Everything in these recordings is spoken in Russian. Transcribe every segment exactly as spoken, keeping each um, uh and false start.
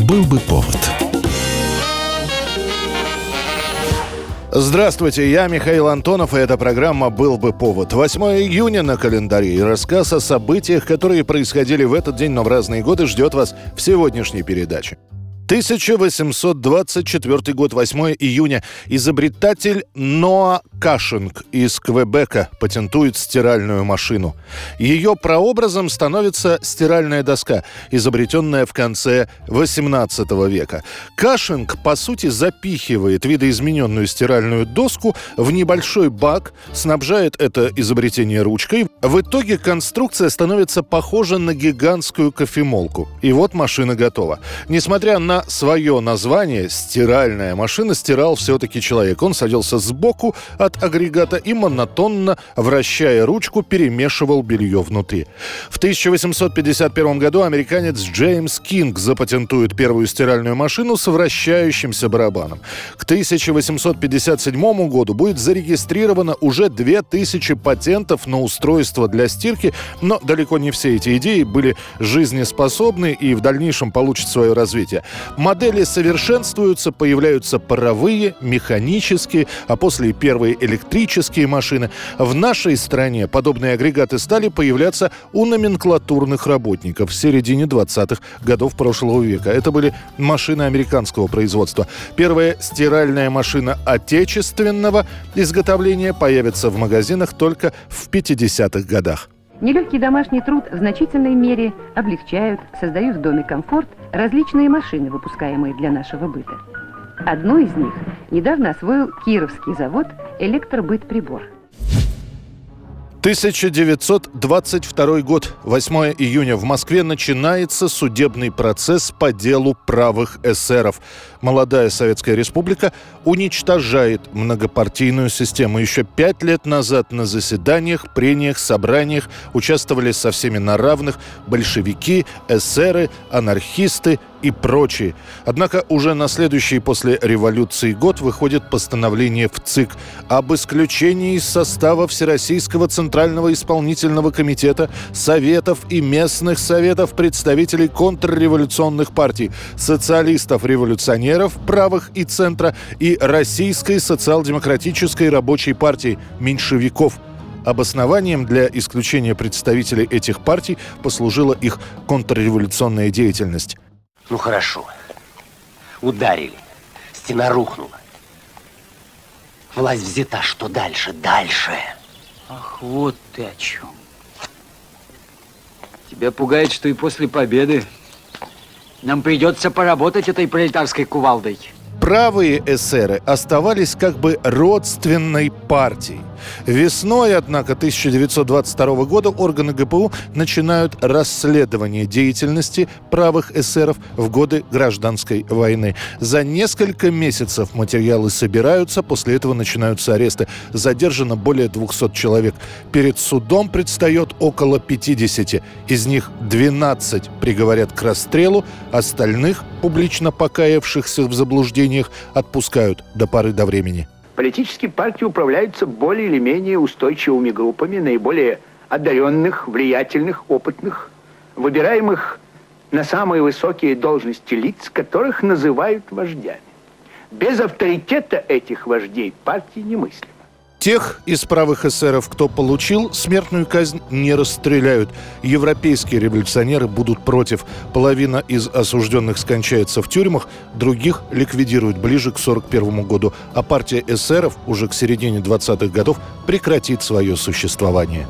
Был бы повод. Здравствуйте, я Михаил Антонов, и эта программа «Был бы повод». восьмое июня на календаре, и рассказ о событиях, которые происходили в этот день, но в разные годы, ждет вас в сегодняшней передаче. тысяча восемьсот двадцать четвёртый год, восьмое июня. Изобретатель Ноа Кашинг из Квебека патентует стиральную машину. Ее прообразом становится стиральная доска, изобретенная в конце восемнадцатого века. Кашинг, по сути, запихивает видоизмененную стиральную доску в небольшой бак, снабжает это изобретение ручкой. В итоге конструкция становится похожа на гигантскую кофемолку. И вот машина готова. Несмотря на свое название, стиральная машина, стирал все-таки человек. Он садился сбоку от агрегата и монотонно, вращая ручку, перемешивал белье внутри. В тысяча восемьсот пятьдесят первом году американец Джеймс Кинг запатентует первую стиральную машину с вращающимся барабаном. К тысяча восемьсот пятьдесят седьмому году будет зарегистрировано уже две тысячи патентов на устройство для стирки, но далеко не все эти идеи были жизнеспособны и в дальнейшем получат свое развитие. Модели совершенствуются, появляются паровые, механические, а после и первые электрические машины. В нашей стране подобные агрегаты стали появляться у номенклатурных работников в середине двадцатых годов прошлого века. Это были машины американского производства. Первая стиральная машина отечественного изготовления появится в магазинах только в пятидесятых годах. Нелегкий домашний труд в значительной мере облегчают, создают в доме комфорт различные машины, выпускаемые для нашего быта. Одну из них недавно освоил Кировский завод «Электробытприбор». тысяча девятьсот двадцать второй год, восьмое июня. В Москве начинается судебный процесс по делу правых эсеров. Молодая Советская Республика уничтожает многопартийную систему. Еще пять лет назад на заседаниях, прениях, собраниях участвовали со всеми на равных большевики, эсеры, анархисты и прочие. Однако уже на следующий после революции год выходит постановление в ЦИК об исключении из состава Всероссийского Центрального исполнительного комитета, советов и местных советов представителей контрреволюционных партий, социалистов-революционеров, правых и центра и Российской социал-демократической рабочей партии, меньшевиков. Обоснованием для исключения представителей этих партий послужила их контрреволюционная деятельность. Ну хорошо. Ударили. Стена рухнула. Власть взята. Что дальше? Дальше. Ах, вот ты о чем. Тебя пугает, что и после победы нам придется поработать этой пролетарской кувалдой. Правые эсеры оставались как бы родственной партией. Весной, однако, тысяча девятьсот двадцать второго года органы ГПУ начинают расследование деятельности правых эсеров в годы Гражданской войны. За несколько месяцев материалы собираются, после этого начинаются аресты. Задержано более двухсот человек. Перед судом предстает около пятидесяти. Из них двенадцать приговорят к расстрелу, остальных, публично покаявшихся в заблуждениях, отпускают до поры до времени. Политические партии управляются более или менее устойчивыми группами наиболее одаренных, влиятельных, опытных, выбираемых на самые высокие должности лиц, которых называют вождями. Без авторитета этих вождей партии немыслимо. Тех из правых эсеров, кто получил смертную казнь, не расстреляют. Европейские революционеры будут против. Половина из осужденных скончается в тюрьмах, других ликвидируют ближе к сорок первому году. А партия эсеров уже к середине двадцатых годов прекратит свое существование.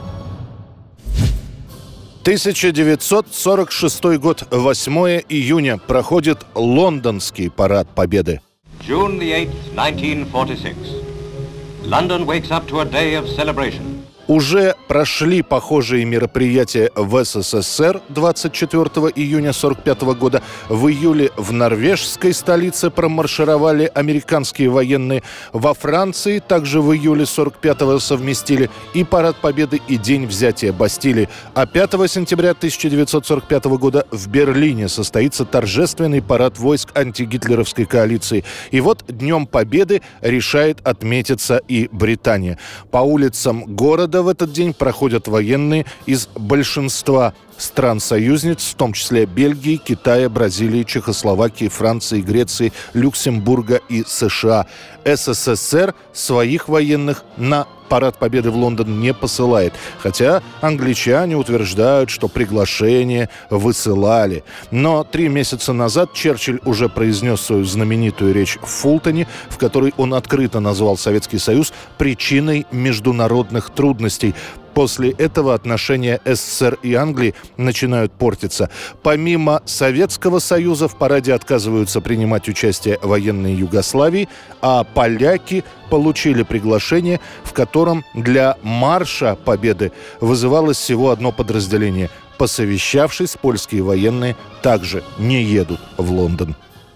тысяча девятьсот сорок шестой год, восьмое июня. Проходит Лондонский парад Победы. June the eighth, nineteen forty-six. London wakes up to a day of celebration. Уже прошли похожие мероприятия в СССР двадцать четвёртого июня сорок пятого года. В июле в норвежской столице промаршировали американские военные. Во Франции также в июле сорок пятого совместили и Парад Победы, и День взятия Бастилии. А пятого сентября тысяча девятьсот сорок пятого года в Берлине состоится торжественный парад войск антигитлеровской коалиции. И вот Днем Победы решает отметиться и Британия. По улицам города города в этот день проходят военные из большинства стран-союзниц, в том числе Бельгии, Китая, Бразилии, Чехословакии, Франции, Греции, Люксембурга и США. СССР своих военных на Парад Победы в Лондон не посылает, хотя англичане утверждают, что приглашение высылали. Но три месяца назад Черчилль уже произнес свою знаменитую речь в Фултоне, в которой он открыто назвал Советский Союз причиной международных трудностей. После этого отношения СССР и Англии начинают портиться. Помимо Советского Союза в параде отказываются принимать участие военные Югославии, а поляки получили приглашение, в котором для марша Победы вызывалось всего одно подразделение. Посовещавшись, польские военные также не едут в Лондон.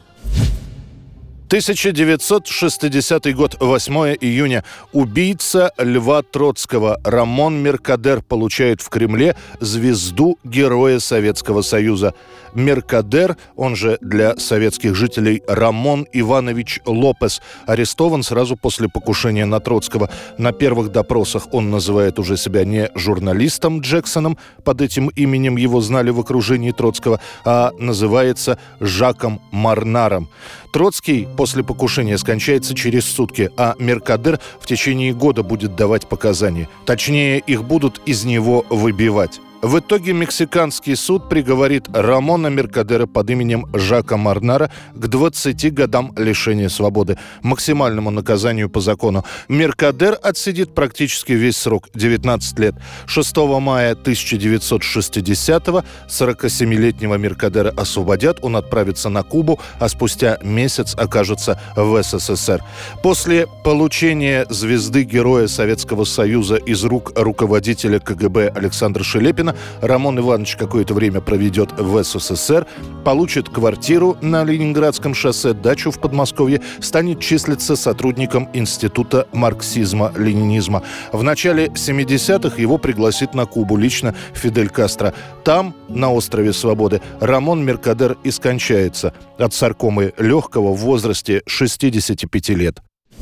тысяча девятьсот шестидесятый год, восьмое июня. Убийца Льва Троцкого Рамон Меркадер получает в Кремле звезду Героя Советского Союза. Меркадер, он же для советских жителей Рамон Иванович Лопес, арестован сразу после покушения на Троцкого. На первых допросах он называет уже себя не журналистом Джексоном, под этим именем его знали в окружении Троцкого, а называется Жаком Марнаром. Троцкий после покушения скончается через сутки, а Меркадер в течение года будет давать показания. Точнее, их будут из него выбивать. В итоге мексиканский суд приговорит Рамона Меркадера под именем Жака Марнара к двадцати годам лишения свободы, максимальному наказанию по закону. Меркадер отсидит практически весь срок – девятнадцать лет. шестого мая тысяча девятьсот шестидесятого сорокасемилетнего Меркадера освободят, он отправится на Кубу, а спустя месяц окажется в СССР. После получения звезды Героя Советского Союза из рук руководителя КГБ Александра Шелепина Рамон Иванович какое-то время проведет в СССР, получит квартиру на Ленинградском шоссе, дачу в Подмосковье, станет числиться сотрудником Института марксизма-ленинизма. В начале семидесятых его пригласит на Кубу лично Фидель Кастро. Там, на острове Свободы, Рамон Меркадер и скончается от саркомы легкого в возрасте шестидесяти пяти лет.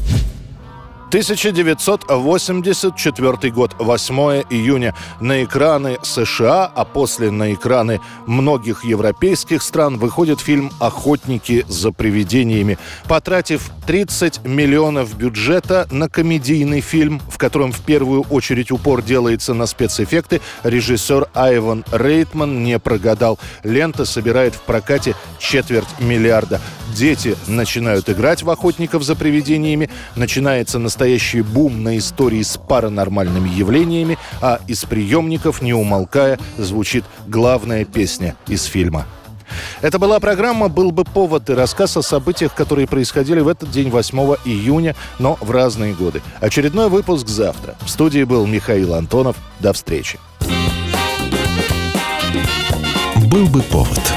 тысяча девятьсот восемьдесят четвёртый год, восьмое июня. На экраны США, а после на экраны многих европейских стран выходит фильм «Охотники за привидениями». Потратив тридцать миллионов бюджета на комедийный фильм, в котором в первую очередь упор делается на спецэффекты, режиссер Айван Рейтман не прогадал. Лента собирает в прокате четверть миллиарда. Дети начинают играть в «Охотников за привидениями», начинается настоящий бум на истории с паранормальными явлениями, а из приемников, не умолкая, звучит главная песня из фильма. Это была программа «Был бы повод» и рассказ о событиях, которые происходили в этот день, восьмого июня, но в разные годы. Очередной выпуск завтра. В студии был Михаил Антонов. До встречи. «Был бы повод».